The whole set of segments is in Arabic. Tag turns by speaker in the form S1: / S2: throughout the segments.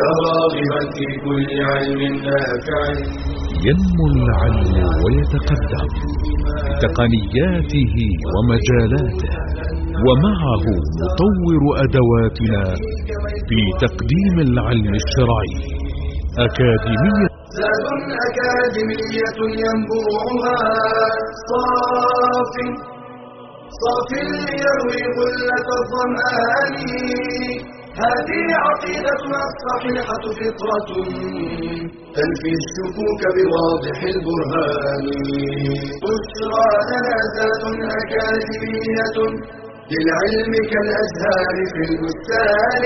S1: يا راغبا في كل علم نافع.
S2: ينمو العلم ويتقدم بتقنياته ومجالاته، ومعه نطور أدواتنا في تقديم العلم الشرعي. أكاديمية
S1: زاد أكاديمية ينبوعها صاف ليروي غلة الظمآن. هذه عقيدتنا الصحيحة فطرة تنفي الشكوك بواضح البرهان. بشرى لنا زاد أكاديمية للعلم كالأزهار في البستان.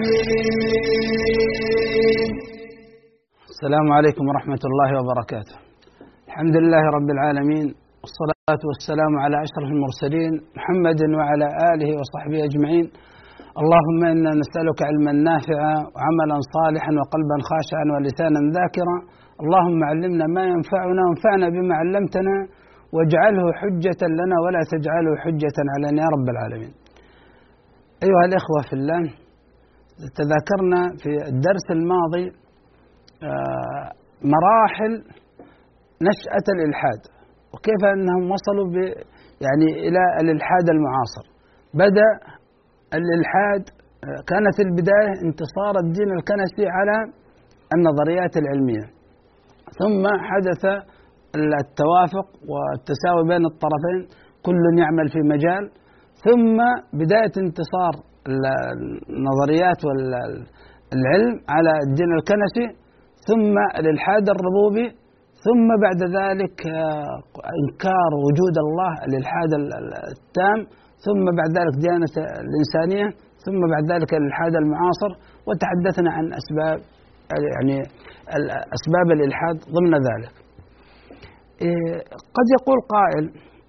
S3: السلام عليكم ورحمة الله وبركاته. الحمد لله رب العالمين، والصلاة والسلام على أشرف المرسلين محمد وعلى آله وصحبه أجمعين. اللهم إنا نسألك علما نافعا وعملا صالحا وقلبا خاشعا ولسانا ذاكرا. اللهم علمنا ما ينفعنا وانفعنا بما علمتنا، واجعله حجة لنا ولا تجعله حجة علينا يا رب العالمين. أيها الإخوة في الله، تذكرنا في الدرس الماضي مراحل نشأة الإلحاد، وكيف أنهم وصلوا إلى الإلحاد المعاصر. بدأ الإلحاد، كانت البداية انتصار الدين الكنسي على النظريات العلمية، ثم حدث التوافق والتساوي بين الطرفين، كل يعمل في مجال، ثم بداية انتصار النظريات والعلم على الدين الكنسي، ثم الإلحاد الربوبي، ثم بعد ذلك إنكار وجود الله، الإلحاد التام، ثم بعد ذلك ديانة الإنسانية، ثم بعد ذلك الإلحاد المعاصر. وتحدثنا عن أسباب الإلحاد ضمن ذلك. قد يقول قائل: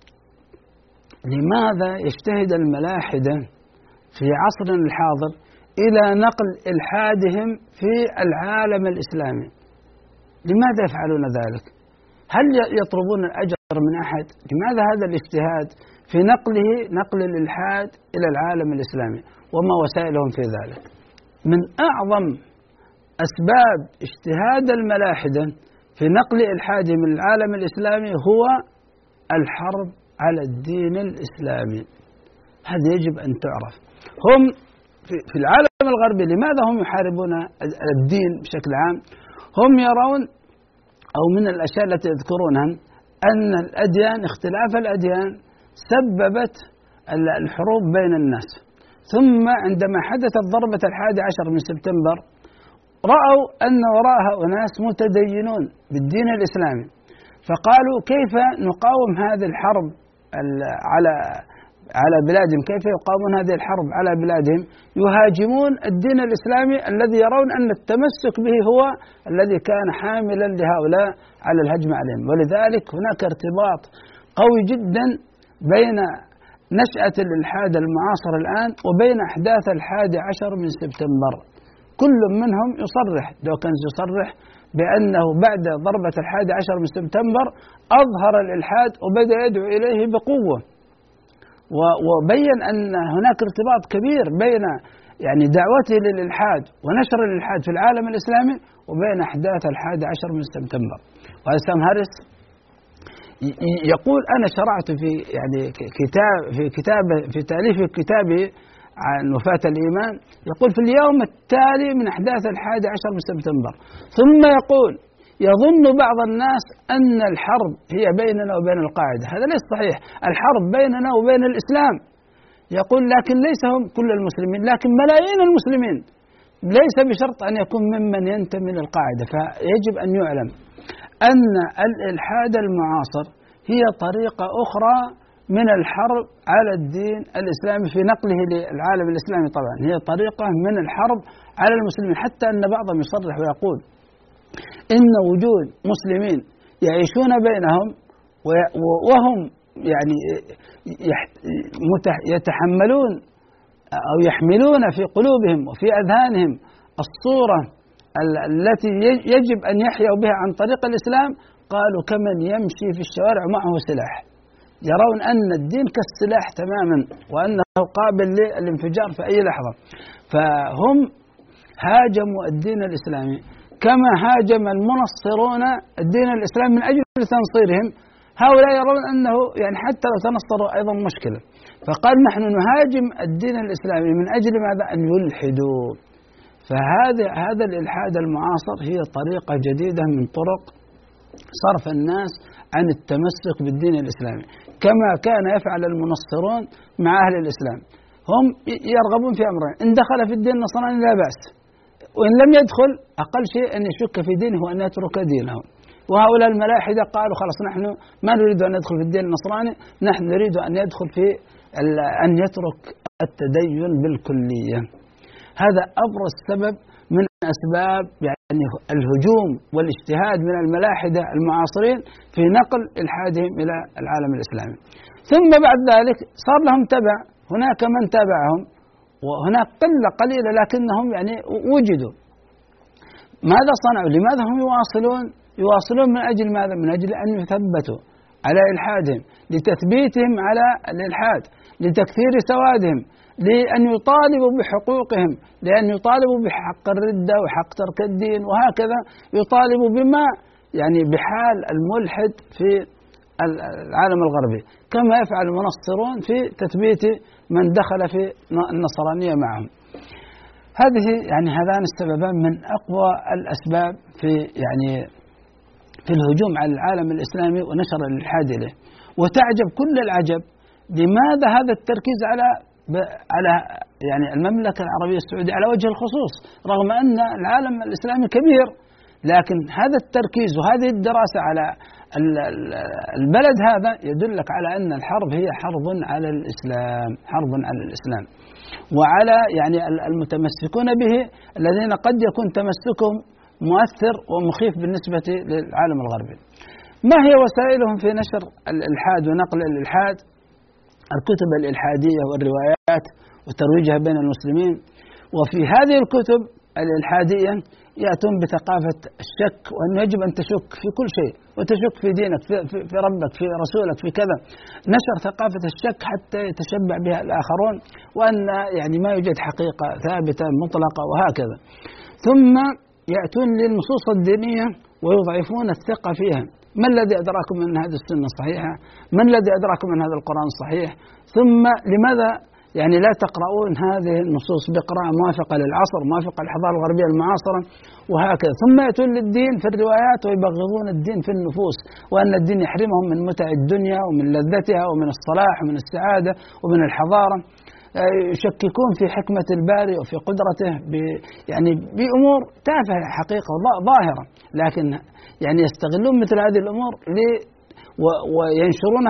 S3: لماذا يجتهد الملاحدة في عصرنا الحاضر إلى نقل إلحادهم في العالم الإسلامي؟ لماذا يفعلون ذلك؟ هل يطلبون الأجر من أحد؟ لماذا هذا الاجتهاد في نقل الإلحاد إلى العالم الإسلامي؟ وما وسائلهم في ذلك؟ من أعظم أسباب اجتهاد الملاحدة في نقل إلحادهم من العالم الإسلامي هو الحرب على الدين الإسلامي. هذا يجب أن تعرف. هم في العالم الغربي لماذا هم يحاربون الدين بشكل عام؟ هم يرون، أو من الأشياء التي يذكرونها، أن الأديان، اختلاف الأديان سببت الحروب بين الناس. ثم عندما حدثت ضربة 11 من سبتمبر، رأوا أن وراءها أناس متدينون بالدين الإسلامي، فقالوا: كيف نقاوم هذه الحرب على بلادهم؟ كيف يقاومون هذه الحرب على بلادهم؟ يهاجمون الدين الإسلامي الذي يرون أن التمسك به هو الذي كان حاملا لهؤلاء على الهجم عليهم. ولذلك هناك ارتباط قوي جدا بين نشأة الإلحاد المعاصر الآن وبين أحداث 11 من سبتمبر. كل منهم يصرح، دوكنز يصرح بأنه بعد ضربة 11 من سبتمبر أظهر الإلحاد وبدأ يدعو إليه بقوة، وبين أن هناك ارتباط كبير بين دعوته للإلحاد ونشر الإلحاد في العالم الإسلامي وبين أحداث 11 من سبتمبر. وهذا سام هاريس يقول: أنا شرعت في تأليف كتابه عن وفاة الإيمان، يقول: في اليوم التالي من أحداث 11 من سبتمبر. ثم يقول: يظن بعض الناس أن الحرب هي بيننا وبين القاعدة. هذا ليس صحيح، الحرب بيننا وبين الإسلام. يقول: لكن ليس هم كل المسلمين، لكن ملايين المسلمين، ليس بشرط أن يكون ممن ينتمي للقاعدة. فيجب أن يعلم أن الإلحاد المعاصر هي طريقة أخرى من الحرب على الدين الإسلامي في نقله للعالم الإسلامي. طبعا هي طريقة من الحرب على المسلمين، حتى أن بعضهم يصرح ويقول إن وجود مسلمين يعيشون بينهم وهم يتحملون أو يحملون في قلوبهم وفي أذهانهم الصورة التي يجب أن يحيوا بها عن طريق الإسلام، قالوا كمن يمشي في الشوارع معه سلاح. يرون أن الدين كالسلاح تماما، وأنه قابل للانفجار في أي لحظة. فهم هاجموا الدين الإسلامي كما هاجم المنصرون الدين الإسلامي من أجل تنصيرهم. هؤلاء يرون أنه يعني حتى لو تنصروا أيضا مشكلة، فقال نحن نهاجم الدين الإسلامي من أجل ماذا؟ أن يلحدوا. فهذا الإلحاد المعاصر هي طريقة جديدة من طرق صرف الناس عن التمسك بالدين الإسلامي، كما كان يفعل المنصرون مع أهل الإسلام. هم يرغبون في أمرين: إن دخل في الدين النصراني لا بأس، وإن لم يدخل أقل شيء أن يشك في دينه وأن يترك دينه. وهؤلاء الملاحدة قالوا خلاص نحن ما نريد أن ندخل في الدين النصراني، نحن نريد أن يدخل في أن يترك التدين بالكلية. هذا أبرز سبب من أسباب يعني الهجوم والاجتهاد من الملاحدة المعاصرين في نقل إلحادهم إلى العالم الإسلامي. ثم بعد ذلك صار لهم تبع، هناك من تابعهم وهناك قلة قليلة لكنهم يعني وجدوا. ماذا صنعوا؟ لماذا هم يواصلون من أجل ماذا؟ من أجل أن يثبتوا على إلحادهم، لتثبيتهم على الإلحاد، لتكثير سوادهم، لأن يطالبوا بحقوقهم، لأن يطالبوا بحق الردة وحق ترك الدين، وهكذا يطالبوا بما يعني بحال الملحد في العالم الغربي، كما يفعل المنصرون في تثبيت من دخل في النصرانية معهم. هذه يعني هذان السببان من أقوى الأسباب في الهجوم على العالم الإسلامي ونشر الإلحاد إليه. وتعجب كل العجب لماذا هذا التركيز على يعني المملكة العربية السعودية على وجه الخصوص، رغم أن العالم الإسلامي كبير، لكن هذا التركيز وهذه الدراسة على البلد هذا يدلك على أن الحرب هي حرب على الإسلام، حرب على الإسلام وعلى يعني المتمسكون به الذين قد يكون تمسكهم مؤثر ومخيف بالنسبة للعالم الغربي. ما هي وسائلهم في نشر الإلحاد ونقل الإلحاد؟ الكتب الإلحادية والروايات وترويجها بين المسلمين. وفي هذه الكتب الإلحادية يأتون بثقافة الشك، وأنه يجب أن تشك في كل شيء، وتشك في دينك، في ربك، في رسولك، في كذا. نشر ثقافة الشك حتى يتشبع بها الآخرون، وأن يعني ما يوجد حقيقة ثابتة مطلقة وهكذا. ثم يأتون للنصوص الدينية ويضعفون الثقة فيها. ما الذي أدراكم أن هذه السنة صحيحة؟ ما الذي أدراكم أن هذا القرآن صحيح؟ ثم لماذا يعني لا تقرؤون هذه النصوص بقراءة موافقة للعصر، موافقة للحضارة الغربية المعاصرة وهكذا. ثم يأتون للدين في الروايات ويبغضون الدين في النفوس، وأن الدين يحرمهم من متع الدنيا ومن لذتها ومن الصلاح ومن السعادة ومن الحضارة. يشككون في حكمة الباري وفي قدرته يعني بأمور تافهة حقيقة ظاهرة، لكن يعني يستغلون مثل هذه الأمور وينشرونها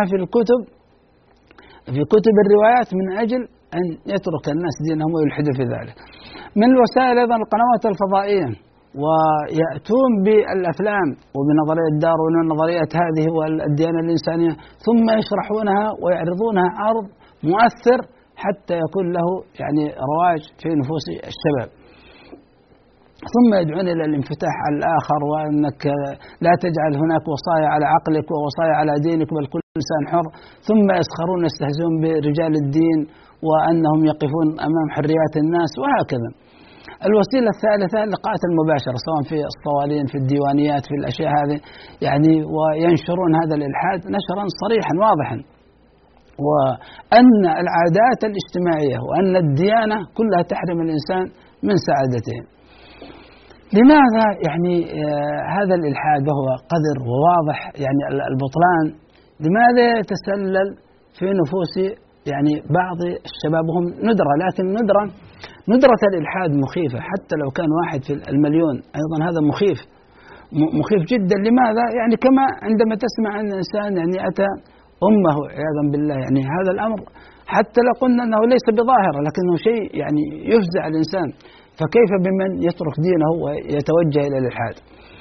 S3: في كتب الروايات من أجل أن يترك الناس دينهم ويلحدوا في ذلك. من الوسائل أيضا القنوات الفضائية، ويأتون بالأفلام وبنظرية داروين والنظريات هذه والديانة الإنسانية، ثم يشرحونها ويعرضونها عرض مؤثر حتى يكون له يعني رواج في نفوس الشباب. ثم يدعون إلى الانفتاح على الآخر، وأنك لا تجعل هناك وصايا على عقلك ووصايا على دينك، بل كل إنسان حر. ثم يسخرون يستهزئون برجال الدين وأنهم يقفون أمام حريات الناس وهكذا. الوسيلة الثالثة اللقاءات المباشرة، سواء في الصوالين، في الديوانيات، في الأشياء هذه يعني، وينشرون هذا الإلحاد نشرا صريحا واضحا، وأن العادات الاجتماعية وأن الديانة كلها تحرم الإنسان من سعادته. لماذا يعني هذا الإلحاد وهو قذر وواضح يعني البطلان، لماذا يتسلل في نفوس يعني بعض الشباب وهم ندرة، لكن ندرة الإلحاد مخيفة، حتى لو كان واحد في المليون أيضا هذا مخيف جدا. لماذا؟ يعني كما عندما تسمع أن الإنسان يعني أتى أمه عياذا بالله، يعني هذا الأمر حتى لو قلنا أنه ليس بظاهرة لكنه شيء يعني يفزع الإنسان، فكيف بمن يترك دينه ويتوجه إلى الإلحاد؟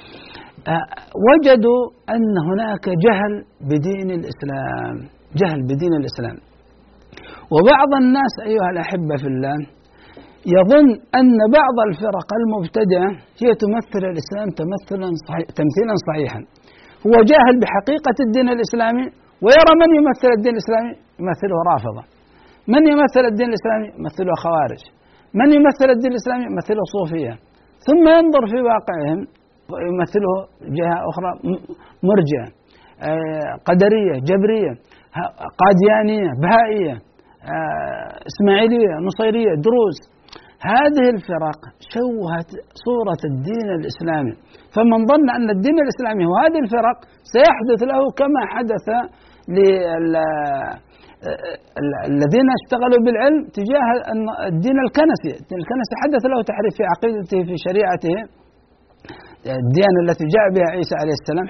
S3: وجدوا أن هناك جهل بدين الإسلام، وبعض الناس أيها الأحبة في الله يظن أن بعض الفرق المبتدعة هي تمثل الإسلام تمثيلا صحيحا. هو جاهل بحقيقة الدين الإسلامي، ويرى من يمثل الدين الإسلامي يمثله رافضة، من يمثل الدين الإسلامي يمثله خوارج، من يمثل الدين الإسلامي يمثله صوفية، ثم ينظر في واقعهم ويمثله جهة أخرى مرجئة، قدرية، جبرية، قاديانية، بهائية، إسماعيلية، نصيرية، دروز. هذه الفرق شوهت صورة الدين الإسلامي، فمن ظن أن الدين الإسلامي هو هذه الفرق سيحدث له كما حدث الذين اشتغلوا بالعلم تجاه الدين الكنسي. الدين الكنسي حدث له تحريف في عقيدته، في شريعته. الديانة التي جاء بها عيسى عليه السلام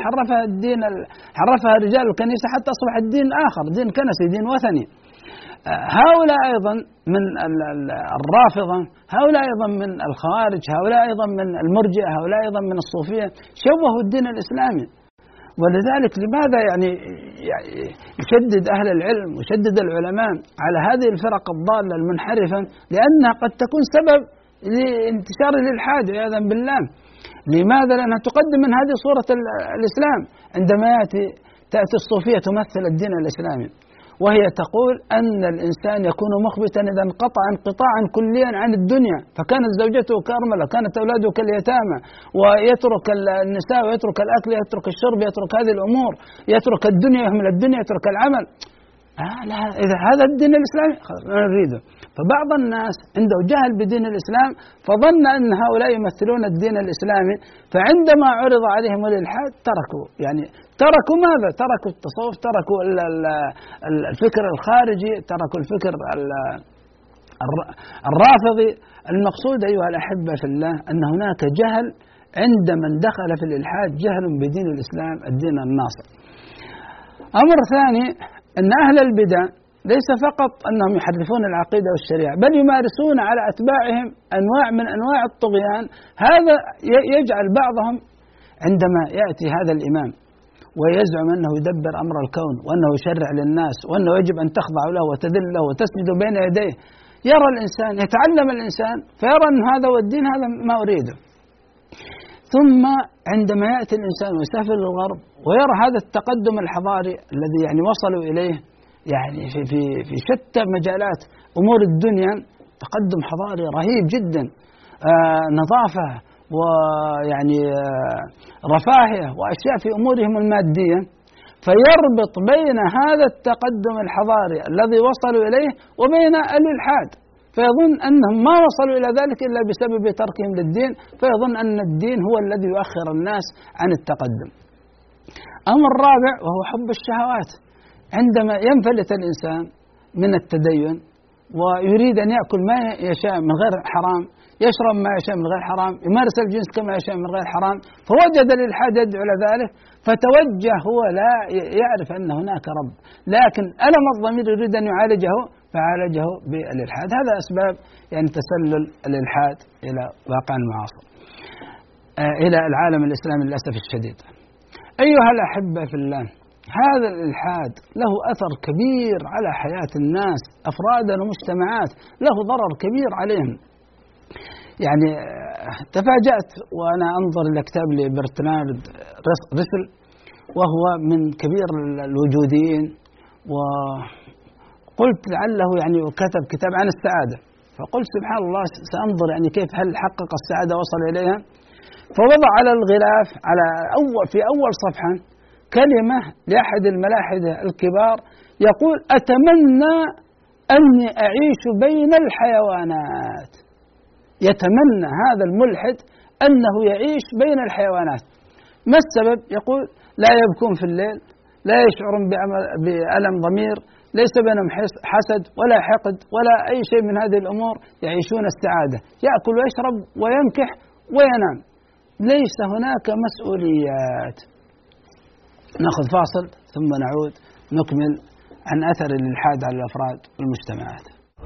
S3: حرفها رجال الكنيسة حتى أصبح الدين آخر، دين كنسي، دين وثني. هؤلاء أيضا من الرافضة، هؤلاء أيضا من الخوارج، هؤلاء أيضا من المرجئة، هؤلاء أيضا من الصوفية، شوهوا الدين الإسلامي. ولذلك لماذا يعني يشدد أهل العلم ويشدد العلماء على هذه الفرق الضالة المنحرفة؟ لأنها قد تكون سبب لانتشار الإلحاد عياذا بالله. لماذا؟ لأنها تقدم من هذه صورة الإسلام. عندما تأتي الصوفية تمثل الدين الإسلامي، وهي تقول أن الإنسان يكون مخبتا إذا انقطع انقطاعا كليا عن الدنيا، فكانت زوجته كأرملة، كانت أولاده كاليتامى، ويترك النساء ويترك الأكل، يترك الشرب، يترك هذه الأمور، يترك الدنيا، يهمل الدنيا، يترك العمل. لا، إذا هذا الدين الإسلامي لا نريده. فبعض الناس عنده جهل بدين الإسلام فظن أن هؤلاء يمثلون الدين الإسلامي، فعندما عرض عليهم الإلحاد تركوا ماذا؟ تركوا التصوف، تركوا الفكر الخارجي، تركوا الفكر الرافضي. المقصود أيها الأحبة في الله أن هناك جهل عند من دخل في الإلحاد، جهل بدين الإسلام الدين الناصر. أمر ثاني أن أهل البدع ليس فقط أنهم يحرفون العقيدة والشريعة، بل يمارسون على أتباعهم أنواع من أنواع الطغيان. هذا يجعل بعضهم عندما يأتي هذا الإمام ويزعم أنه يدبر أمر الكون وأنه يشرع للناس وأنه يجب أن تخضع له وتذل له وتسجد بين يديه، يرى الإنسان، يتعلم الإنسان فيرى أن هذا هو الدين، هذا ما أريده. ثم عندما يأتي الإنسان ويسافر للغرب ويرى هذا التقدم الحضاري الذي وصلوا إليه في شتى مجالات أمور الدنيا، تقدم حضاري رهيب جدا، نظافة رفاهية وأشياء في أمورهم المادية، فيربط بين هذا التقدم الحضاري الذي وصلوا إليه وبين الإلحاد، فيظن أنهم ما وصلوا إلى ذلك إلا بسبب تركهم للدين، فيظن أن الدين هو الذي يؤخر الناس عن التقدم. أمر رابع وهو حب الشهوات. عندما ينفلت الإنسان من التدين ويريد أن يأكل ما يشاء من غير حرام، يشرب ما يشاء من غير حرام، يمارس الجنس كما يشاء من غير حرام، فوجد الإلحاد يدعو إلى ذلك، فتوجه هو لا يعرف أن هناك رب، لكن ألم الضمير يريد أن يعالجه فعالجه بالإلحاد. هذا أسباب تسلل الإلحاد إلى واقع المعاصر، إلى العالم الإسلامي للأسف الشديد. أيها الأحبة في الله، هذا الإلحاد له أثر كبير على حياة الناس أفرادا ومجتمعات، له ضرر كبير عليهم. تفاجأت وأنا أنظر إلى كتاب لبرتراند رسل، وهو من كبير الوجوديين، وقلت لعله كتب كتاب عن السعادة، فقلت سبحان الله سأنظر كيف هل حقق السعادة وصل إليها. فوضع على الغلاف في أول صفحة كلمة لأحد الملاحدة الكبار يقول: أتمنى أني أعيش بين الحيوانات. يتمنى هذا الملحد أنه يعيش بين الحيوانات. ما السبب؟ يقول: لا يبكون في الليل، لا يشعرون بألم ضمير، ليس بينهم حسد ولا حقد ولا أي شيء من هذه الأمور، يعيشون السعادة، يأكل ويشرب وينكح وينام، ليس هناك مسؤوليات. نأخذ فاصل ثم نعود نكمل عن أثر الإلحاد على الأفراد والمجتمعات.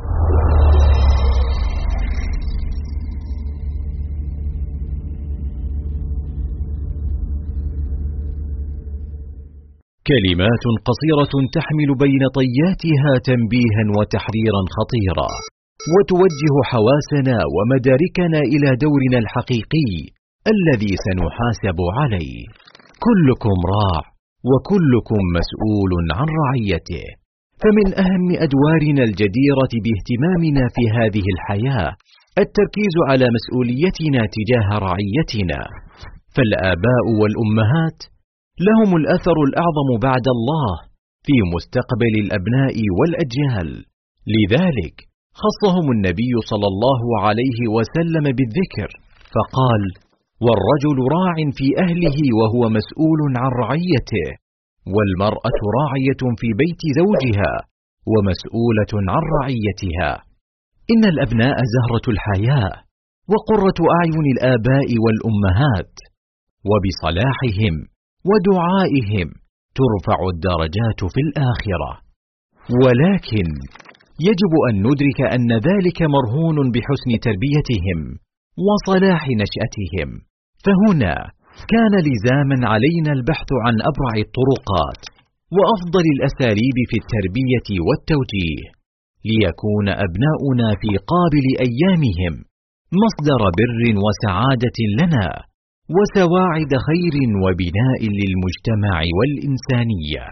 S2: كلمات قصيرة تحمل بين طياتها تنبيها وتحذيرا خطيرا، وتوجه حواسنا ومداركنا إلى دورنا الحقيقي الذي سنحاسب عليه. كلكم راع وكلكم مسؤول عن رعيته، فمن أهم أدوارنا الجديرة باهتمامنا في هذه الحياة التركيز على مسؤوليتنا تجاه رعيتنا، فالآباء والأمهات لهم الأثر الأعظم بعد الله في مستقبل الأبناء والأجيال، لذلك خصهم النبي صلى الله عليه وسلم بالذكر فقال: والرجل راع في أهله وهو مسؤول عن رعيته، والمرأة راعية في بيت زوجها ومسؤولة عن رعيتها. إن الأبناء زهرة الحياة وقرة أعين الآباء والأمهات، وبصلاحهم ودعائهم ترفع الدرجات في الآخرة، ولكن يجب أن ندرك أن ذلك مرهون بحسن تربيتهم وصلاح نشأتهم. فهنا كان لزاما علينا البحث عن أبرع الطرقات وأفضل الأساليب في التربية والتوجيه، ليكون أبناؤنا في قابل أيامهم مصدر بر وسعادة لنا وسواعد خير وبناء للمجتمع والإنسانية.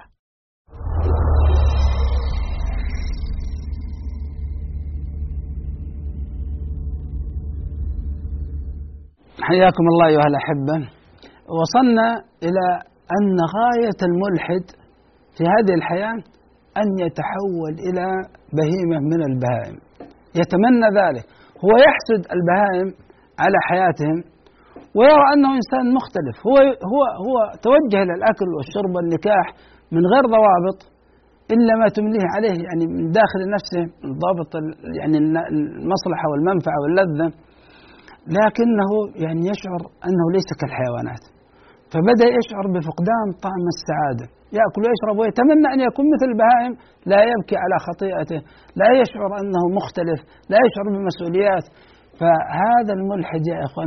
S3: حياكم الله أيها الأحبة. وصلنا إلى أن غاية الملحد في هذه الحياة أن يتحول إلى بهيمة من البهائم، يتمنى ذلك، هو يحسد البهائم على حياتهم ويرى أنه إنسان مختلف، هو توجه إلى الأكل والشرب والنكاح من غير ضوابط إلا ما تمليه عليه يعني من داخل نفسه ضابط يعني المصلحة والمنفعة واللذة، لكنه يعني يشعر أنه ليس كالحيوانات، فبدأ يشعر بفقدان طعم السعادة، يأكل ويشرب ويتمنى أن يكون مثل البهائم، لا يبكي على خطيئته، لا يشعر أنه مختلف، لا يشعر بمسؤوليات. فهذا الملحد يا إخوان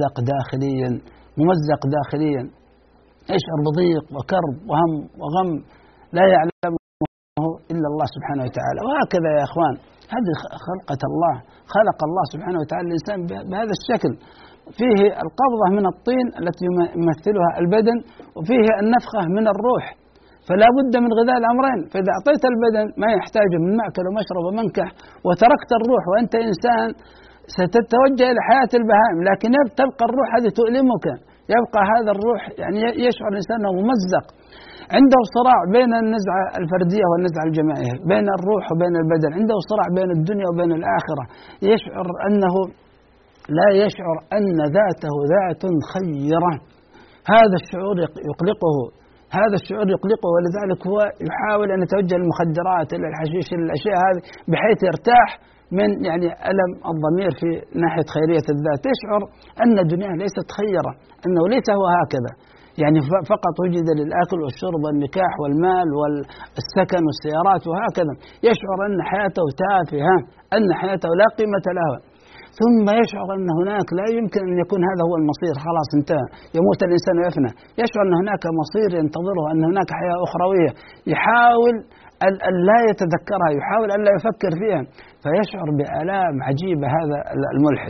S3: ممزق داخليا، يشعر بضيق وكرب وهم وغم لا يعلمه إلا الله سبحانه وتعالى. وهكذا يا إخوان هذه خلقة الله، خلق الله سبحانه وتعالى الإنسان بهذا الشكل، فيه القبضة من الطين التي يمثلها البدن، وفيه النفخة من الروح، فلا بد من غذاء الأمرين. فإذا أعطيت البدن ما يحتاجه من مأكل ومشرب ومنكح وتركت الروح وأنت إنسان ستتوجه إلى حياة البهائم، لكن تبقى الروح هذه تؤلمك، يبقى هذا الروح يعني يشعر الإنسان أنه ممزق، عنده صراع بين النزعة الفردية والنزعة الجماعية، بين الروح وبين البدن، عنده صراع بين الدنيا وبين الآخرة، يشعر أنه لا يشعر أن ذاته ذات خيرة. هذا الشعور يقلقه، ولذلك هو يحاول أن يتوجه للمخدرات إلى الحشيش إلى الأشياء هذه بحيث يرتاح من يعني ألم الضمير في ناحية خيرية الذات، يشعر أن الدنيا ليست خيرة، أنه ليس هو هكذا، يعني فقط وجد للأكل والشرب والنكاح والمال والسكن والسيارات وهكذا، يشعر أن حياته تافهة، أن حياته لا قيمة لها، ثم يشعر أن هناك لا يمكن أن يكون هذا هو المصير، خلاص انتهى، يموت الإنسان ويفنى، يشعر أن هناك مصير ينتظره، أن هناك حياة أخروية، يحاول أن لا يتذكرها، يحاول أن لا يفكر فيها، فيشعر بآلام عجيبة هذا الملحد.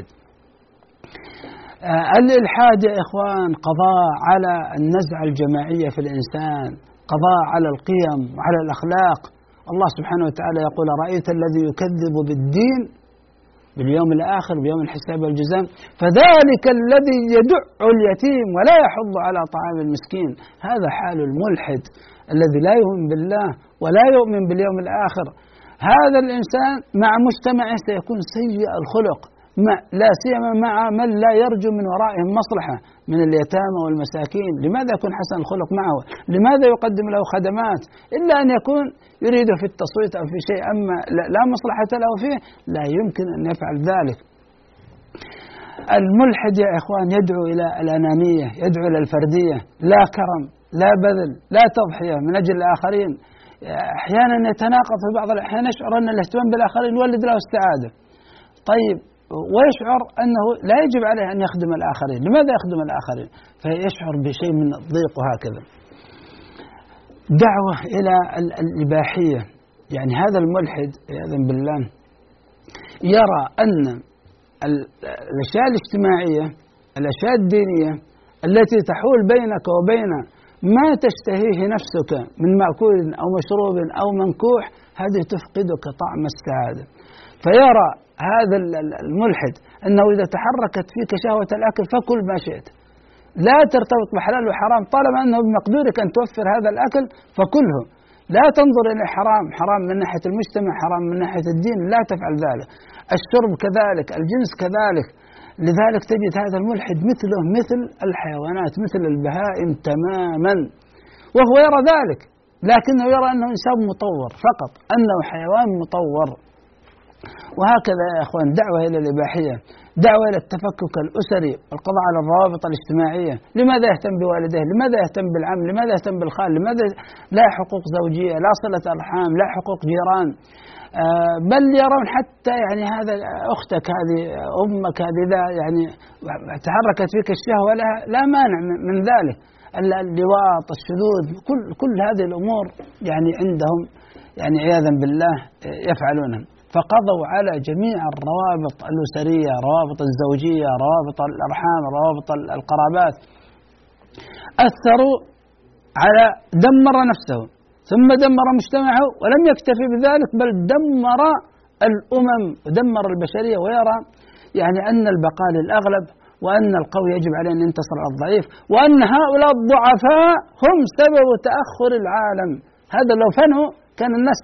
S3: الإلحاد يا إخوان قضاء على النزعة الجماعية في الإنسان، قضاء على القيم وعلى الأخلاق. الله سبحانه وتعالى يقول: رأيت الذي يكذب بالدين باليوم الآخر بيوم الحساب والجزاء فذلك الذي يدع اليتيم ولا يحض على طعام المسكين. هذا حال الملحد الذي لا يؤمن بالله ولا يؤمن باليوم الآخر. هذا الإنسان مع مجتمعه سيكون سيء الخلق، لا سيما مع من لا يرجو من ورائهم مصلحة من اليتامى والمساكين. لماذا يكون حسن الخلق معه؟ لماذا يقدم له خدمات؟ إلا أن يكون يريده في التصويت أو في شيء، أما لا مصلحة له فيه لا يمكن أن يفعل ذلك. الملحد يا إخوان يدعو إلى الأنانية، يدعو إلى الفردية، لا كرم، لا بذل، لا تضحية من أجل الآخرين. أحيانا يتناقض في بعض الأحيان، يشعر أن الاهتمام بالآخرين يولد له السعادة، طيب، ويشعر أنه لا يجب عليه أن يخدم الآخرين. لماذا يخدم الآخرين؟ فيشعر بشيء من الضيق وهكذا. دعوة إلى الإباحية، يعني هذا الملحد عياذا بالله يرى أن الأشياء الاجتماعية، الأشياء الدينية التي تحول بينك وبين ما تشتهيه نفسك من مأكول أو مشروب أو منكوح، هذه تفقدك طعم السعادة، فيرى هذا الملحد أنه إذا تحركت فيك شهوة الأكل فكل ما شئت، لا ترتبط بحلال وحرام، طالما أنه بمقدورك أن توفر هذا الأكل فكله، لا تنظر إلى حرام من ناحية المجتمع، حرام من ناحية الدين، لا تفعل ذلك. الشرب كذلك، الجنس كذلك. لذلك تجد هذا الملحد مثله مثل الحيوانات، مثل البهائم تماما، وهو يرى ذلك، لكنه يرى أنه إنسان مطور فقط، أنه حيوان مطور. وهكذا يا أخوان دعوة إلى الإباحية، دعوة إلى التفكك الأسري والقضاء على الروابط الاجتماعية. لماذا يهتم بوالديه؟ لماذا يهتم بالعم؟ لماذا يهتم بالخال؟ لماذا لا حقوق زوجية، لا صلة أرحام، لا حقوق جيران؟ بل يرون حتى يعني هذا أختك هذه، أمك هذه، لا يعني تحركت فيك الشهوة لها لا مانع من ذلك. اللواط، الشذوذ، كل هذه الأمور يعني عندهم يعني عياذا بالله يفعلونها. فقضوا على جميع الروابط الأسرية، روابط الزوجية، روابط الأرحام، روابط القرابات. أثروا على دمر نفسه ثم دمر مجتمعه، ولم يكتفي بذلك بل دمر الأمم ودمر البشرية، ويرى يعني أن البقاء للأغلب، وأن القوي يجب عليه أن ينتصر على الضعيف، وأن هؤلاء الضعفاء هم سبب تأخر العالم. هذا لو فنوا كان الناس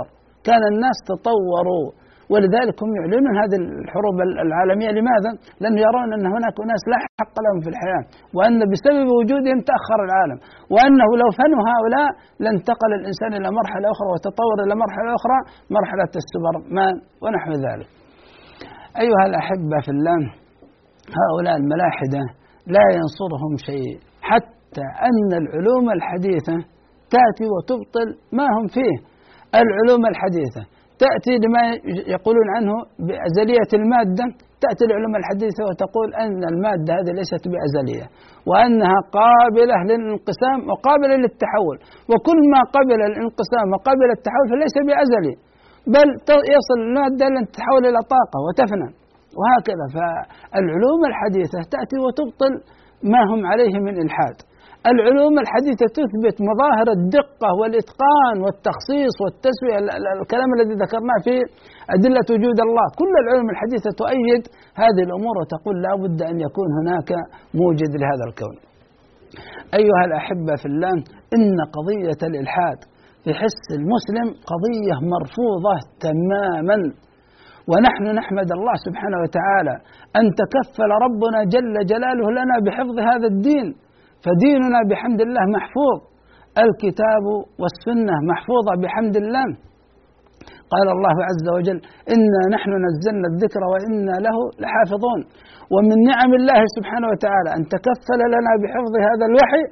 S3: تطوروا. ولذلك هم يعلنون هذه الحروب العالمية. لماذا؟ لأنه يرون أن هناك ناس لا حق لهم في الحياة، وأن بسبب وجودهم تأخر العالم، وأنه لو فنوا هؤلاء لانتقل الإنسان إلى مرحلة أخرى وتطور إلى مرحلة أخرى، مرحلة السوبرمان ونحو ذلك. أيها الأحبة في الله، هؤلاء الملاحدة لا ينصرهم شيء، حتى أن العلوم الحديثة تأتي وتبطل ما هم فيه. العلوم الحديثة تأتي لما يقولون عنه بأزلية المادة، تأتي العلوم الحديثة وتقول أن المادة هذه ليست بأزلية، وأنها قابلة للانقسام وقابلة للتحول، وكل ما قبل الانقسام وقابل التحول فليس بأزلي، بل يصل المادة لأن تتحول إلى طاقة وتفنى. وهكذا فالعلوم الحديثة تأتي وتبطل ما هم عليه من إلحاد. العلوم الحديثة تثبت مظاهر الدقة والإتقان والتخصيص والتسوية، الكلام الذي ذكرناه في أدلة وجود الله. كل العلوم الحديثة تؤيد هذه الأمور وتقول لا بد أن يكون هناك موجد لهذا الكون. أيها الأحبة في الله، إن قضية الإلحاد في حس المسلم قضية مرفوضة تماما، ونحن نحمد الله سبحانه وتعالى أن تكفل ربنا جل جلاله لنا بحفظ هذا الدين، فديننا بحمد الله محفوظ، الكتاب والسنة محفوظة بحمد الله. قال الله عز وجل: إنا نحن نزلنا الذكر وإنا له لحافظون. ومن نعم الله سبحانه وتعالى أن تكفل لنا بحفظ هذا الوحي،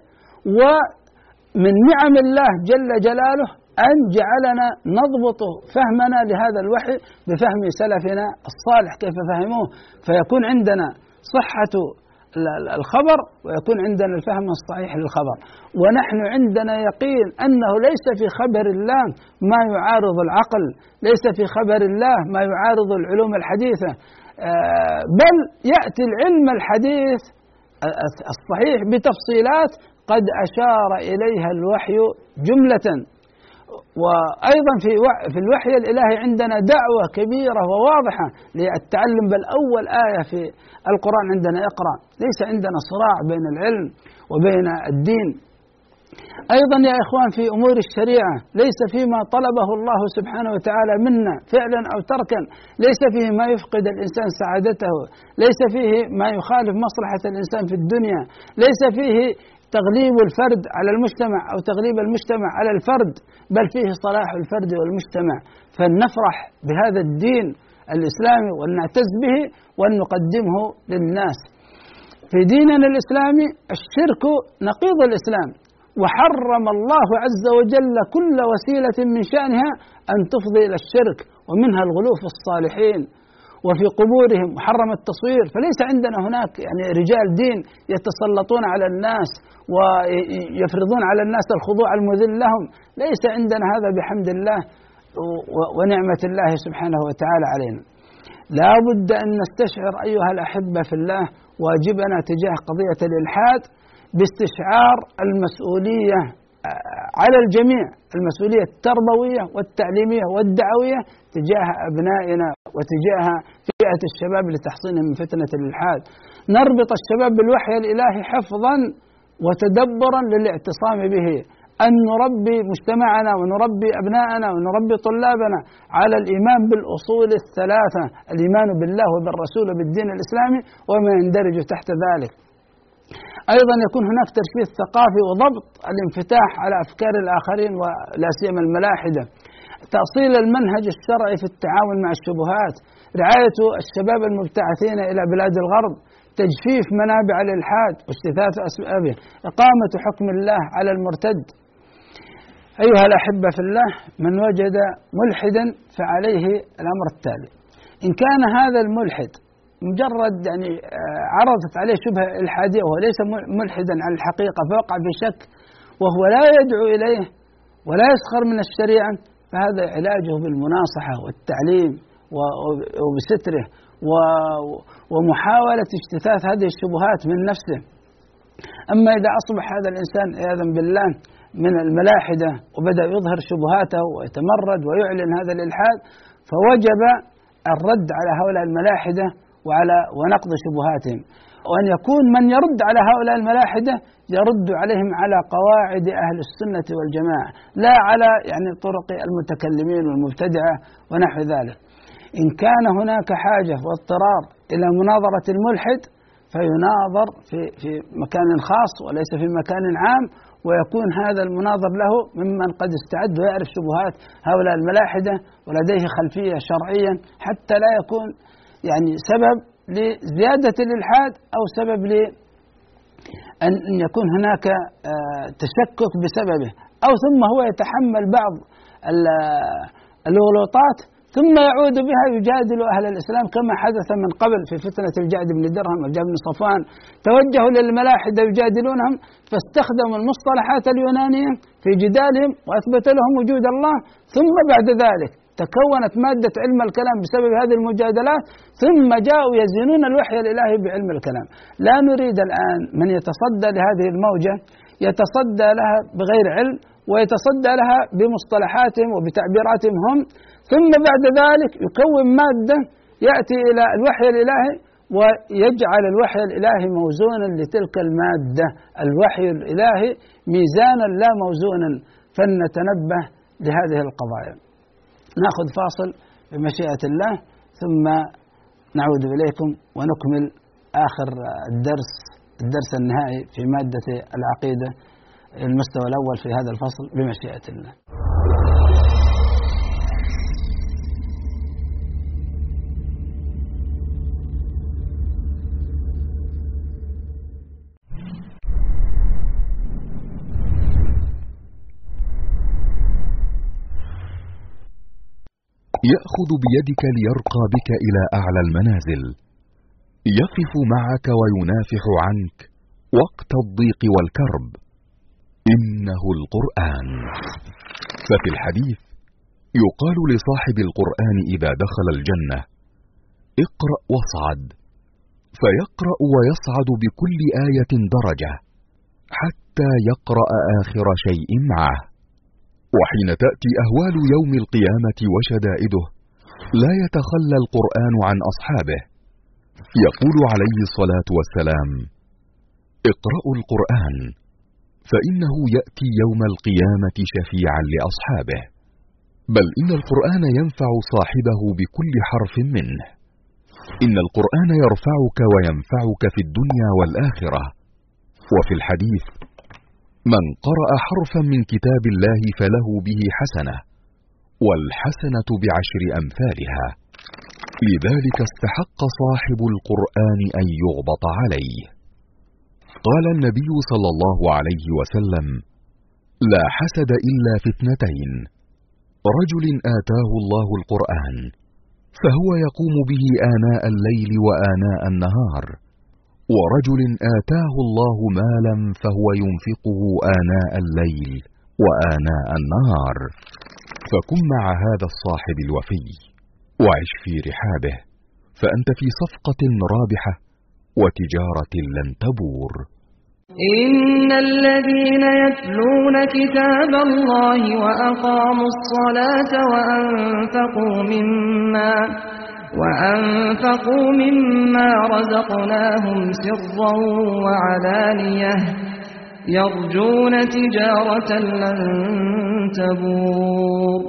S3: ومن نعم الله جل جلاله أن جعلنا نضبط فهمنا لهذا الوحي بفهم سلفنا الصالح كيف فهموه، فيكون عندنا صحة الخبر ويكون عندنا الفهم الصحيح للخبر. ونحن عندنا يقين أنه ليس في خبر الله ما يعارض العقل، ليس في خبر الله ما يعارض العلوم الحديثة، بل يأتي العلم الحديث الصحيح بتفصيلات قد أشار إليها الوحي جملة. وأيضا في الوحي الإلهي عندنا دعوة كبيرة وواضحة للتعلم، بل أول آية في القرآن عندنا اقرأ. ليس عندنا صراع بين العلم وبين الدين. أيضا يا إخوان في أمور الشريعة ليس فيما طلبه الله سبحانه وتعالى منا فعلا أو تركا، ليس فيه ما يفقد الإنسان سعادته، ليس فيه ما يخالف مصلحة الإنسان في الدنيا، ليس فيه تغليب الفرد على المجتمع أو تغليب المجتمع على الفرد، بل فيه صلاح الفرد والمجتمع. فلنفرح بهذا الدين الإسلامي ولنعتز به ونقدمه للناس. في ديننا الإسلامي الشرك نقيض الإسلام، وحرم الله عز وجل كل وسيلة من شأنها أن تفضي إلى الشرك، ومنها الغلو في الصالحين وفي قبورهم، وحرم التصوير. فليس عندنا هناك يعني رجال دين يتسلطون على الناس ويفرضون على الناس الخضوع المذل لهم، ليس عندنا هذا بحمد الله ونعمة الله سبحانه وتعالى علينا. لا بد أن نستشعر أيها الأحبة في الله واجبنا تجاه قضية الإلحاد باستشعار المسؤولية على الجميع المسؤولية التربوية والتعليمية والدعوية تجاه أبنائنا وتجاه فئة الشباب لتحصينهم من فتنة الإلحاد. نربط الشباب بالوحي الإلهي حفظا وتدبرا للاعتصام به، أن نربي مجتمعنا ونربي أبناءنا ونربي طلابنا على الإيمان بالأصول الثلاثة: الإيمان بالله وبالرسول وبالدين الإسلامي وما يندرج تحت ذلك. أيضا يكون هناك ترشيد ثقافي وضبط الانفتاح على أفكار الآخرين ولا سيما الملاحدة، تأصيل المنهج الشرعي في التعامل مع الشبهات، رعاية الشباب المبتعثين إلى بلاد الغرب، تجفيف منابع الإلحاد واجتثاث أسبابه، إقامة حكم الله على المرتد. أيها الأحبة في الله، من وجد ملحدا فعليه الأمر التالي: إن كان هذا الملحد مجرد عرضت عليه شبهة إلحادية وهو ليس ملحدا على الحقيقة فوقع بشك وهو لا يدعو إليه ولا يسخر من الشريعة، فهذا علاجه بالمناصحة والتعليم وبستره ومحاولة اجتثاث هذه الشبهات من نفسه. أما إذا أصبح هذا الإنسان عياذا بالله من الملاحدة وبدأ يظهر شبهاته ويتمرد ويعلن هذا الإلحاد، فوجب الرد على هؤلاء الملاحدة ونقض شبهاتهم، وأن يكون من يرد على هؤلاء الملاحدة يرد عليهم على قواعد أهل السنة والجماعة، لا على طرق المتكلمين والمبتدعة ونحو ذلك. إن كان هناك حاجة واضطرار إلى مناظرة الملحد فيناظر في مكان خاص وليس في مكان عام، ويكون هذا المناظر له ممن قد استعد ويعرف شبهات هؤلاء الملاحدة ولديه خلفية شرعيا، حتى لا يكون سبب لزيادة الإلحاد أو سبب لأن يكون هناك تشكك بسببه، أو ثم هو يتحمل بعض الغلطات ثم يعود بها يجادل أهل الإسلام، كما حدث من قبل في فتنة الجعد بن درهم والجعد بن صفوان. توجهوا للملاحدة يجادلونهم فاستخدموا المصطلحات اليونانية في جدالهم وأثبت لهم وجود الله، ثم بعد ذلك تكونت مادة علم الكلام بسبب هذه المجادلات، ثم جاءوا يزينون الوحي الإلهي بعلم الكلام. لا نريد الآن من يتصدى لهذه الموجة يتصدى لها بغير علم ويتصدى لها بمصطلحاتهم وبتعبيراتهم هم، ثم بعد ذلك يكون مادة يأتي إلى الوحي الإلهي ويجعل الوحي الإلهي موزونا لتلك المادة، الوحي الإلهي ميزانا لا موزونا. فلنتنبه لهذه القضايا. نأخذ فاصل بمشيئة الله ثم نعود إليكم ونكمل آخر الدرس النهائي في مادة العقيدة المستوى الأول في هذا الفصل بمشيئة الله.
S4: يأخذ بيدك ليرقى بك إلى أعلى المنازل، يقف معك وينافح عنك وقت الضيق والكرب، إنه القرآن. ففي الحديث يقال لصاحب القرآن إذا دخل الجنة: اقرأ واصعد، فيقرأ ويصعد بكل آية درجة حتى يقرأ آخر شيء معه. وحين تأتي أهوال يوم القيامة وشدائده لا يتخلى القرآن عن أصحابه، يقول عليه الصلاة والسلام: اقرأوا القرآن فإنه يأتي يوم القيامة شفيعا لأصحابه، بل إن القرآن ينفع صاحبه بكل حرف منه، إن القرآن يرفعك وينفعك في الدنيا والآخرة. وفي الحديث: من قرأ حرفا من كتاب الله فله به حسنة، والحسنة بعشر أمثالها. لذلك استحق صاحب القرآن أن يغبط عليه. قال النبي صلى الله عليه وسلم: لا حسد إلا في اثنتين: رجل آتاه الله القرآن فهو يقوم به آناء الليل وآناء النهار، ورجل آتاه الله مالا فهو ينفقه آناء الليل وآناء النهار. فكن مع هذا الصاحب الوفي وعش في رحابه، فأنت في صفقة رابحة وتجارة لن تبور.
S5: إن الذين يتلون كتاب الله وأقاموا الصلاة وأنفقوا مما رزقناهم سرا وعلانية يرجون تجارة لن تبور.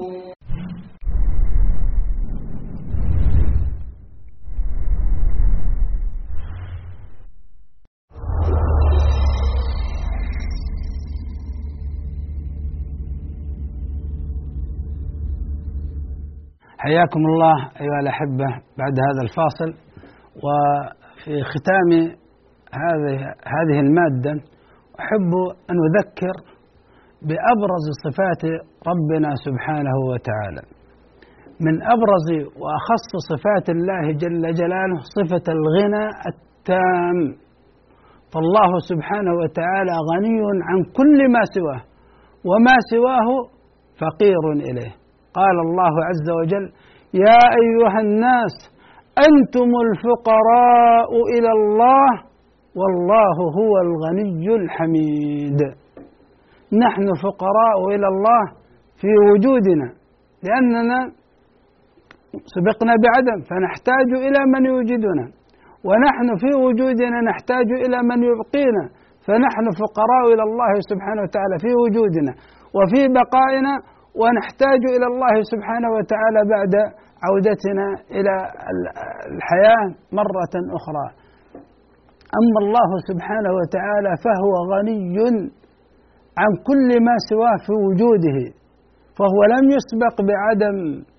S3: حياكم الله أيها الأحبة بعد هذا الفاصل. وفي ختام هذه المادة أحب أن أذكر بأبرز صفات ربنا سبحانه وتعالى. من أبرز وأخص صفات الله جل جلاله صفة الغنى التام، فالله سبحانه وتعالى غني عن كل ما سواه، وما سواه فقير إليه. قال الله عز وجل: يا أيها الناس أنتم الفقراء إلى الله والله هو الغني الحميد. نحن فقراء إلى الله في وجودنا، لأننا سبقنا بعدم فنحتاج إلى من يوجدنا، ونحن في وجودنا نحتاج إلى من يبقينا، فنحن فقراء إلى الله سبحانه وتعالى في وجودنا وفي بقائنا، ونحتاج إلى الله سبحانه وتعالى بعد عودتنا إلى الحياة مرة أخرى. أما الله سبحانه وتعالى فهو غني عن كل ما سواه في وجوده، فهو لم يسبق بعدم.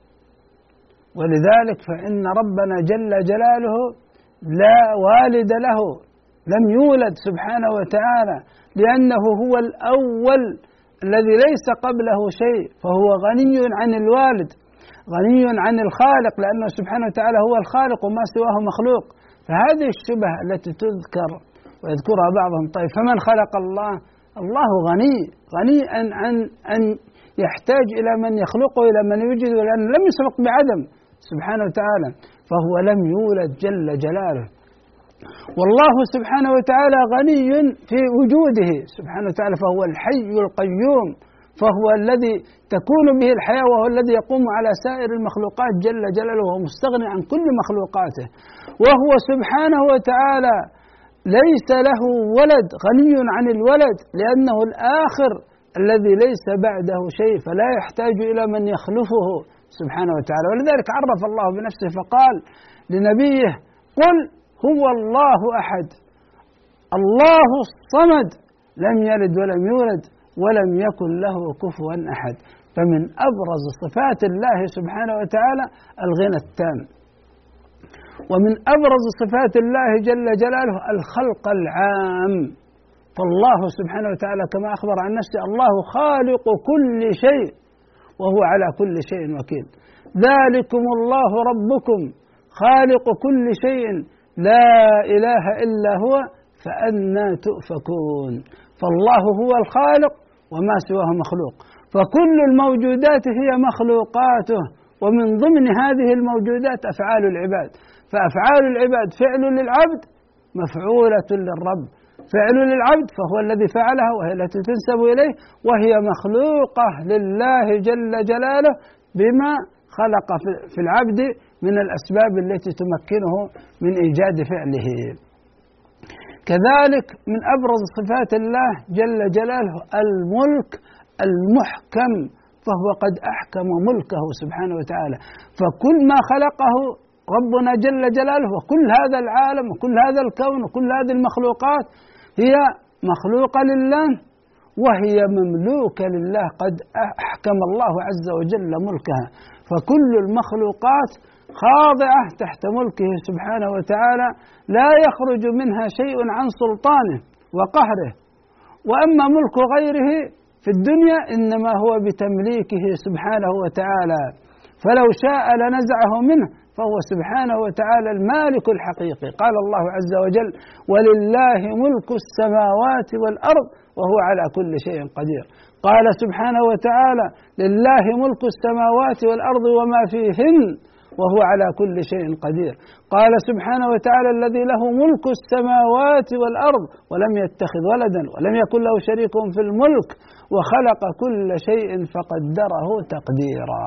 S3: ولذلك فإن ربنا جل جلاله لا والد له، لم يولد سبحانه وتعالى، لأنه هو الأول الذي ليس قبله شيء، فهو غني عن الوالد، غني عن الخالق، لأنه سبحانه وتعالى هو الخالق وما سواه مخلوق. فهذه الشبه التي تذكر ويذكرها بعضهم: طيب فمن خلق الله؟ الله غني عن أن يحتاج إلى من يخلقه، إلى من يوجده، لأنه لم يسبق بعدم سبحانه وتعالى، فهو لم يولد جل جلاله. والله سبحانه وتعالى غني في وجوده سبحانه وتعالى، فهو الحي القيوم، فهو الذي تكون به الحياة، وهو الذي يقوم على سائر المخلوقات جل جلاله، وهو مستغني عن كل مخلوقاته. وهو سبحانه وتعالى ليس له ولد، غني عن الولد، لأنه الآخر الذي ليس بعده شيء، فلا يحتاج إلى من يخلفه سبحانه وتعالى. ولذلك عرف الله بنفسه فقال لنبيه: قل هو الله أحد الله الصمد لم يلد ولم يولد ولم يكن له كفوا أحد. فمن أبرز صفات الله سبحانه وتعالى الغنى التام. ومن أبرز صفات الله جل جلاله الخلق العام، فالله سبحانه وتعالى كما أخبر عن نفسه: الله خالق كل شيء وهو على كل شيء وكيل. ذلكم الله ربكم خالق كل شيء لا إله إلا هو فأنى تؤفكون. فالله هو الخالق وما سواه مخلوق، فكل الموجودات هي مخلوقاته، ومن ضمن هذه الموجودات أفعال العباد. فأفعال العباد فعل للعبد مفعولة للرب، فعل للعبد فهو الذي فعلها وهي التي تنسب إليه، وهي مخلوقة لله جل جلاله بما خلق في العبد من الأسباب التي تمكنه من إيجاد فعله. كذلك من أبرز صفات الله جل جلاله الملك المحكم، فهو قد أحكم ملكه سبحانه وتعالى. فكل ما خلقه ربنا جل جلاله، وكل هذا العالم وكل هذا الكون وكل هذه المخلوقات هي مخلوقة لله وهي مملوكة لله، قد أحكم الله عز وجل ملكها. فكل المخلوقات خاضعة تحت ملكه سبحانه وتعالى، لا يخرج منها شيء عن سلطانه وقهره. وأما ملك غيره في الدنيا إنما هو بتمليكه سبحانه وتعالى، فلو شاء لنزعه منه، فهو سبحانه وتعالى المالك الحقيقي. قال الله عز وجل: ولله ملك السماوات والأرض وهو على كل شيء قدير. قال سبحانه وتعالى: لله ملك السماوات والأرض وما فيهن وهو على كل شيء قدير. قال سبحانه وتعالى: الذي له ملك السماوات والأرض ولم يتخذ ولدا ولم يكن له شريك في الملك وخلق كل شيء فقدره تقديرا.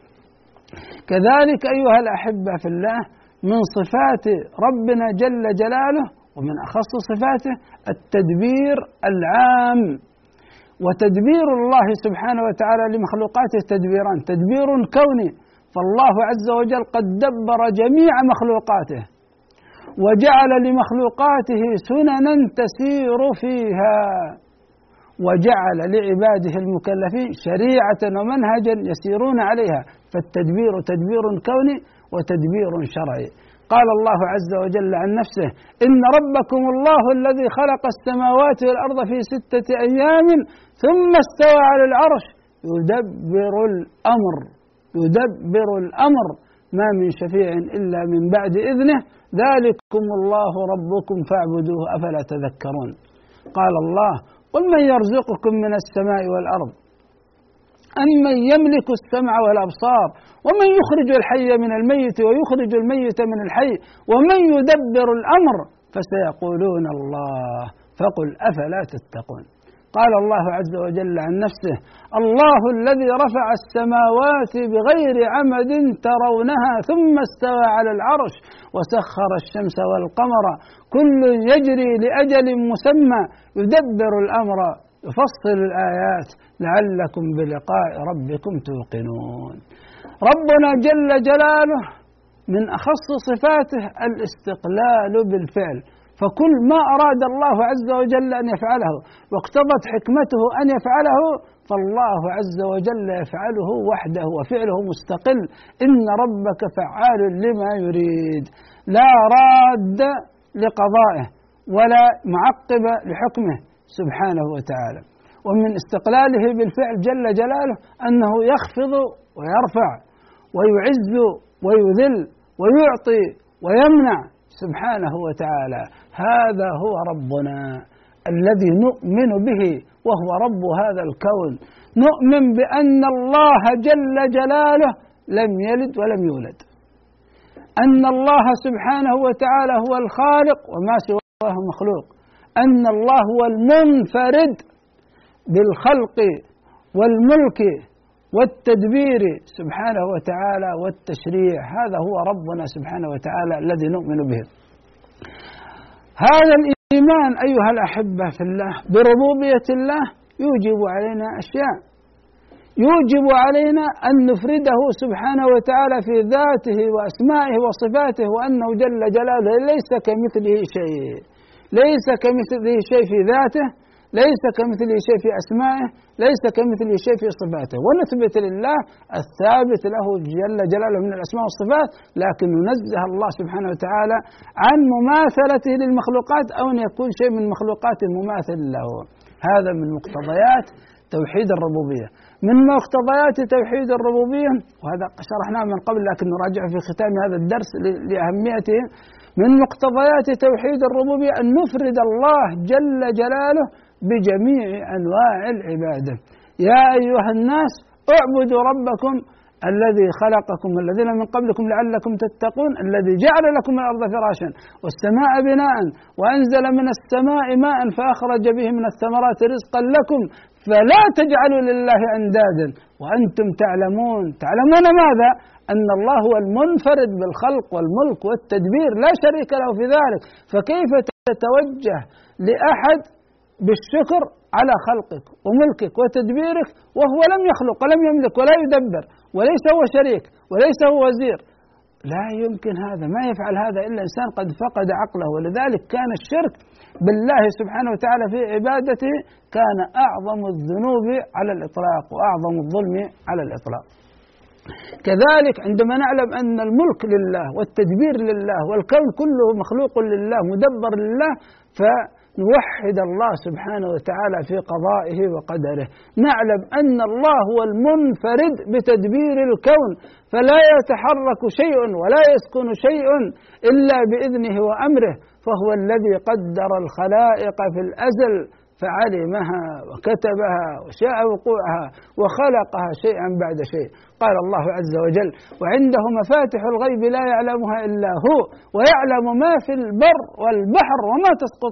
S3: كذلك أيها الأحبة في الله، من صفات ربنا جل جلاله ومن أخص صفاته التدبير العام. وتدبير الله سبحانه وتعالى لمخلوقاته تدبيران: تدبير كوني، فالله عز وجل قد دبر جميع مخلوقاته وجعل لمخلوقاته سننا تسير فيها، وجعل لعباده المكلفين شريعة ومنهجا يسيرون عليها. فالتدبير تدبير كوني وتدبير شرعي. قال الله عز وجل عن نفسه: إن ربكم الله الذي خلق السماوات والأرض في 6 أيام ثم استوى على العرش يدبر الأمر ما من شفيع إلا من بعد إذنه ذلكم الله ربكم فاعبدوه أفلا تذكرون. قال الله: قل من يرزقكم من السماء والأرض أمن يملك السمع والأبصار ومن يخرج الحي من الميت ويخرج الميت من الحي ومن يدبر الأمر فسيقولون الله فقل أفلا تتقون. قال الله عز وجل عن نفسه: الله الذي رفع السماوات بغير عمد ترونها ثم استوى على العرش وسخر الشمس والقمر كل يجري لأجل مسمى يدبر الأمر يفصل الآيات لعلكم بلقاء ربكم توقنون. ربنا جل جلاله من أخص صفاته الاستقلال بالفعل، فكل ما أراد الله عز وجل أن يفعله واقتضت حكمته أن يفعله فالله عز وجل يفعله وحده وفعله مستقل. إن ربك فعال لما يريد، لا راد لقضائه ولا معقب لحكمه سبحانه وتعالى. ومن استقلاله بالفعل جل جلاله أنه يخفض ويرفع ويعز ويذل ويعطي ويمنع سبحانه وتعالى. هذا هو ربنا الذي نؤمن به وهو رب هذا الكون. نؤمن بأن الله جل جلاله لم يلد ولم يولد، أن الله سبحانه وتعالى هو الخالق وما سواه مخلوق، أن الله هو المنفرد بالخلق والملك والتدبير سبحانه وتعالى والتشريع. هذا هو ربنا سبحانه وتعالى الذي نؤمن به. هذا الإيمان أيها الأحبة في الله بربوبية الله يوجب علينا أشياء، يوجب علينا أن نفرده سبحانه وتعالى في ذاته وأسمائه وصفاته، وأنه جل جلاله ليس كمثله شيء، ليس كمثله شيء في ذاته، ليس كمثله شيء في أسمائه، ليس كمثله شيء في صفاته. ونثبت لله الثابت له جل جلاله من الأسماء والصفات، لكن ننزه الله سبحانه وتعالى عن مماثلته للمخلوقات أو أن يكون شيء من مخلوقات مماثل له. هذا من مقتضيات توحيد الربوبية. من مقتضيات توحيد الربوبية، وهذا شرحناه من قبل لكن نراجعه في ختام هذا الدرس لأهميته، من مقتضيات توحيد الربوبية أن نفرد الله جل جلاله بجميع أنواع العبادة. يا أيها الناس اعبدوا ربكم الذي خلقكم والذين من قبلكم لعلكم تتقون الذي جعل لكم الأرض فراشا والسماء بناء وأنزل من السماء ماء فأخرج به من الثمرات رزقا لكم فلا تجعلوا لله أندادا وأنتم تعلمون. تعلمون ماذا؟ أن الله هو المنفرد بالخلق والملك والتدبير لا شريك له في ذلك. فكيف تتوجه لأحد بالشكر على خلقك وملكك وتدبيرك وهو لم يخلق ولم يملك ولا يدبر وليس هو شريك وليس هو وزير؟ لا يمكن هذا، ما يفعل هذا إلا إنسان قد فقد عقله. ولذلك كان الشرك بالله سبحانه وتعالى في عبادته كان أعظم الذنوب على الإطلاق وأعظم الظلم على الإطلاق. كذلك عندما نعلم أن الملك لله والتدبير لله والكون كله مخلوق لله مدبر لله فنوحد الله سبحانه وتعالى في قضائه وقدره. نعلم أن الله هو المنفرد بتدبير الكون فلا يتحرك شيء ولا يسكن شيء إلا بإذنه وأمره، فهو الذي قدر الخلائق في الأزل فعلمها وكتبها وشاء وقوعها وخلقها شيئا بعد شيء. قال الله عز وجل: وعنده مفاتح الغيب لا يعلمها إلا هو ويعلم ما في البر والبحر وما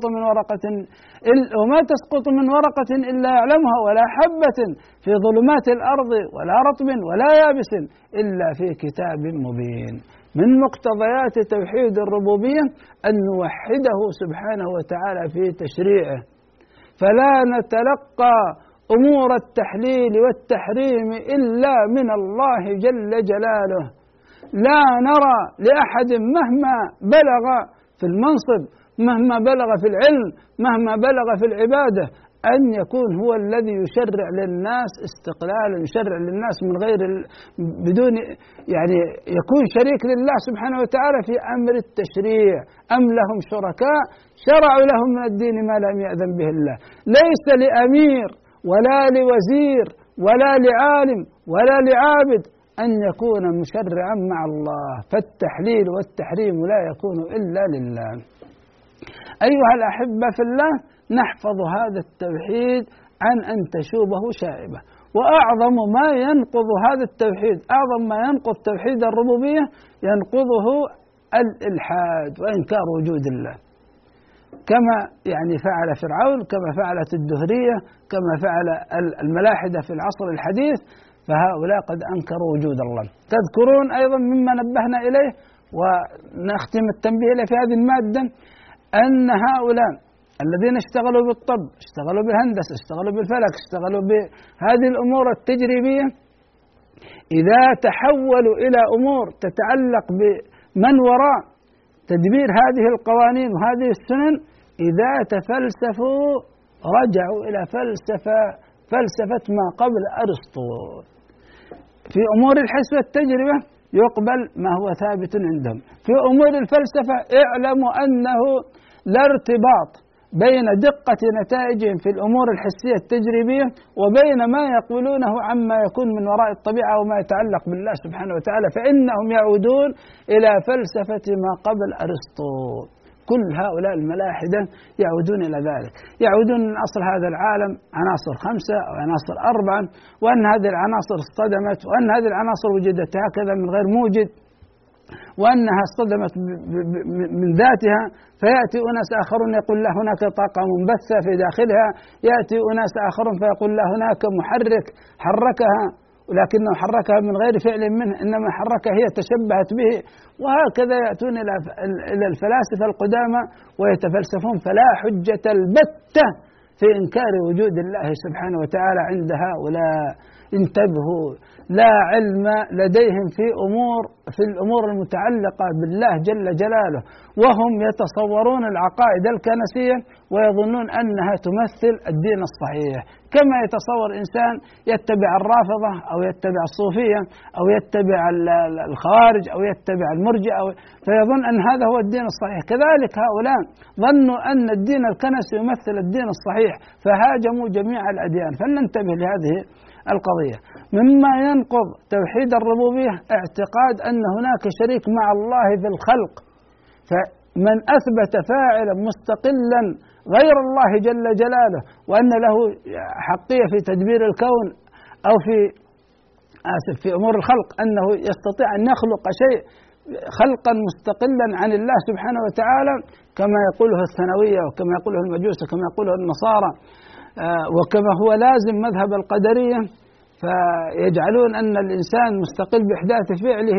S3: تسقط من ورقة إلا يعلمها ولا حبة في ظلمات الأرض ولا رطب ولا يابس إلا في كتاب مبين. من مقتضيات توحيد الربوبية أن نوحده سبحانه وتعالى في تشريعه، فلا نتلقى أمور التحليل والتحريم إلا من الله جل جلاله. لا نرى لأحد مهما بلغ في المنصب، مهما بلغ في العلم، مهما بلغ في العبادة، أن يكون هو الذي يشرع للناس استقلالا، يشرع للناس من غير بدون يعني يكون شريك لله سبحانه وتعالى في أمر التشريع. أم لهم شركاء شرعوا لهم من الدين ما لم يأذن به الله. ليس لأمير ولا لوزير ولا لعالم ولا لعابد أن يكون مشرعا مع الله، فالتحليل والتحريم لا يكون إلا لله. أيها الأحبة في الله، نحفظ هذا التوحيد عن أن تشوبه شائبة. وأعظم ما ينقض هذا التوحيد، أعظم ما ينقض توحيد الربوبية ينقضه الإلحاد وإنكار وجود الله، كما يعني فعل فرعون، كما فعلت الدهرية، كما فعل الملاحدة في العصر الحديث، فهؤلاء قد أنكروا وجود الله. تذكرون أيضا مما نبهنا إليه ونختم التنبيه إليه في هذه المادة، أن هؤلاء الذين اشتغلوا بالطب، اشتغلوا بالهندسة، اشتغلوا بالفلك، اشتغلوا بهذه الأمور التجريبية، إذا تحولوا إلى أمور تتعلق بمن وراء تدبير هذه القوانين وهذه السنن، إذا تفلسفوا رجعوا إلى فلسفة ما قبل أرسطو. في أمور الحس والتجربة يقبل ما هو ثابت عندهم. في أمور الفلسفة اعلموا أنه لا ارتباط بين دقة نتائجهم في الأمور الحسية التجريبية وبين ما يقولونه عما يكون من وراء الطبيعة وما يتعلق بالله سبحانه وتعالى، فإنهم يعودون إلى فلسفة ما قبل أرسطو. كل هؤلاء الملاحدة يعودون إلى ذلك، يعودون من أصل هذا العالم عناصر 5 أو عناصر 4، وأن هذه العناصر اصطدمت، وأن هذه العناصر وجدت هكذا من غير موجد، وأنها اصطدمت من ذاتها. فيأتي أناس آخرون يقول لا هناك طاقة منبثة في داخلها، يأتي أناس آخرون فيقول لا هناك محرك حركها، ولكنه حركها من غير فعل منه، إنما حركها هي تشبهت به. وهكذا يأتون إلى الفلاسفة القدامى ويتفلسفون، فلا حجة البتة في إنكار وجود الله سبحانه وتعالى عند هؤلاء. انتبهوا، لا علم لديهم في الأمور المتعلقة بالله جل جلاله، وهم يتصورون العقائد الكنسية ويظنون أنها تمثل الدين الصحيح، كما يتصور إنسان يتبع الرافضة أو يتبع الصوفية أو يتبع الخوارج أو يتبع المرجئة فيظن أن هذا هو الدين الصحيح. كذلك هؤلاء ظنوا أن الدين الكنسي يمثل الدين الصحيح فهاجموا جميع الأديان. فلننتبه لهذه القضية. مما ينقض توحيد الربوبية اعتقاد أن هناك شريك مع الله في الخلق، فمن أثبت فاعلا مستقلا غير الله جل جلاله وأن له حقية في تدبير الكون أو في أمور الخلق، أنه يستطيع أن يخلق شيء خلقا مستقلا عن الله سبحانه وتعالى كما يقوله الثانوية وكما يقوله المجوس وكما يقوله النصارى، وكما هو لازم مذهب القدرية، فيجعلون أن الإنسان مستقل بإحداث فعله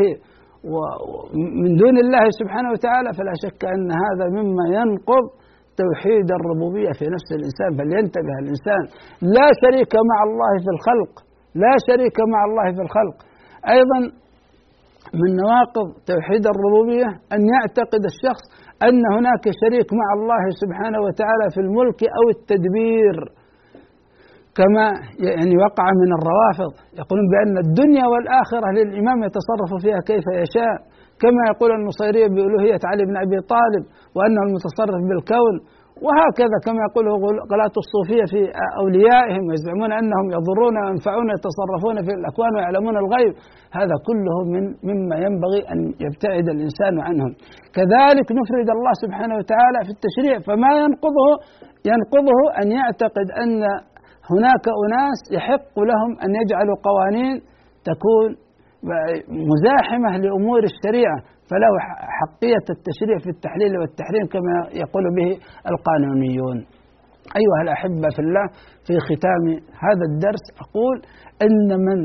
S3: من دون الله سبحانه وتعالى. فلا شك أن هذا مما ينقض توحيد الربوبية في نفس الإنسان. فلينتبه الإنسان، لا شريك مع الله في الخلق، لا شريك مع الله في الخلق. أيضا من نواقض توحيد الربوبية أن يعتقد الشخص أن هناك شريك مع الله سبحانه وتعالى في الملك أو التدبير، كما يعني وقع من الروافض يقولون بأن الدنيا والآخرة للإمام يتصرف فيها كيف يشاء، كما يقول النصيرية بألوهية علي بن أبي طالب وأنه المتصرف بالكون، وهكذا كما يقوله غلاة الصوفية في أوليائهم ويزعمون أنهم يضرون وينفعون يتصرفون في الأكوان ويعلمون الغيب. هذا كله مما ينبغي أن يبتعد الإنسان عنهم. كذلك نفرد الله سبحانه وتعالى في التشريع، فما ينقضه أن يعتقد أن هناك أناس يحق لهم أن يجعلوا قوانين تكون مزاحمة لأمور الشريعة، فله حقية التشريع في التحليل والتحريم كما يقول به القانونيون. أيها الأحبة في الله، في ختام هذا الدرس أقول أن من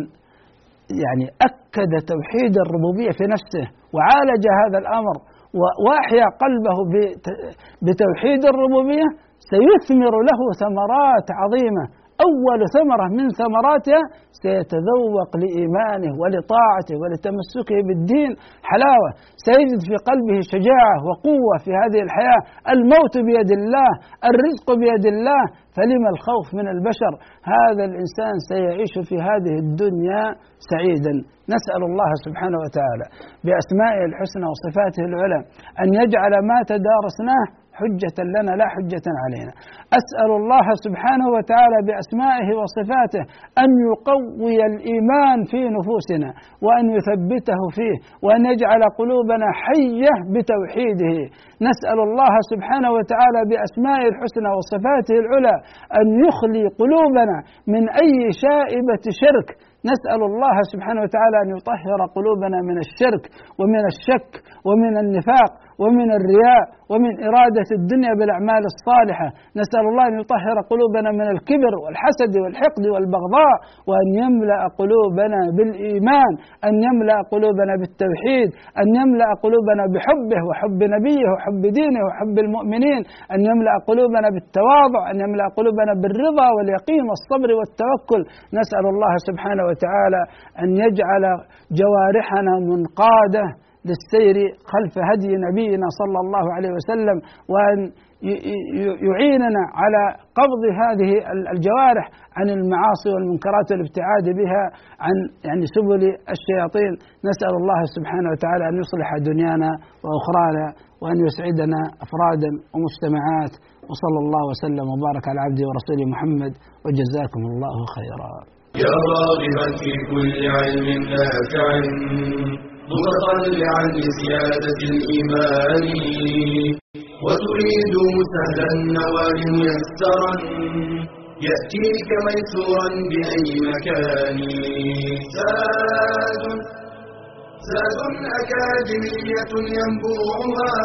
S3: أكد توحيد الربوبية في نفسه وعالج هذا الأمر وأحيا قلبه بتوحيد الربوبية سيثمر له ثمرات عظيمة. أول ثمرة من ثمراتها سيتذوق لإيمانه ولطاعته ولتمسكه بالدين حلاوة، سيجد في قلبه شجاعة وقوة في هذه الحياة. الموت بيد الله، الرزق بيد الله، فلما الخوف من البشر؟ هذا الإنسان سيعيش في هذه الدنيا سعيدا. نسأل الله سبحانه وتعالى بأسمائه الحسنى وصفاته العلى أن يجعل ما تدارسناه حجة لنا لا حجة علينا. أسأل الله سبحانه وتعالى بأسمائه وصفاته أن يقوي الإيمان في نفوسنا وأن يثبته فيه وأن يجعل قلوبنا حية بتوحيده. نسأل الله سبحانه وتعالى بأسمائه الحسنى وصفاته العلى أن يخلي قلوبنا من أي شائبة شرك. نسأل الله سبحانه وتعالى أن يطهر قلوبنا من الشرك ومن الشك ومن النفاق ومن الرياء ومن إرادة الدنيا بالأعمال الصالحة. نسأل الله أن يطهر قلوبنا من الكبر والحسد والحقد والبغضاء، وأن يملأ قلوبنا بالإيمان، أن يملأ قلوبنا بالتوحيد، أن يملأ قلوبنا بحبه وحب نبيه وحب دينه وحب المؤمنين، أن يملأ قلوبنا بالتواضع، أن يملأ قلوبنا بالرضا واليقين والصبر والتوكل. نسأل الله سبحانه وتعالى أن يجعل جوارحنا منقادة للسير خلف هدي نبينا صلى الله عليه وسلم، وأن يعيننا على قبض هذه الجوارح عن المعاصي والمنكرات والابتعاد بها عن سبل الشياطين. نسأل الله سبحانه وتعالى أن يصلح دنيانا وأخرانا وأن يسعدنا أفرادا ومجتمعات، وصلى الله وسلم وبارك على عبده ورسوله محمد، وجزاكم الله خيرا.
S1: يا راغبا في كل علم نافع متطلعا لزيادة الإيمان وتريد سهلا النوال ميسرا يأتيك ميسورا بأي مكان. زاد أكاديمية ينبوعها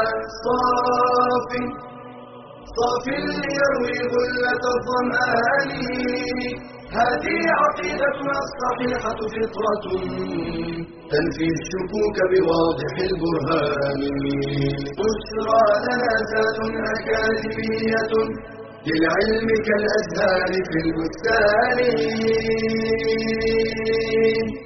S1: صاف ليروي غلة الظمآن. هذه عقيدتنا الصحيحة فطرة تنفي الشكوك بواضح البرهان. بشرى لنا ذات أكاديمية للعلم كالأزهار في البستان.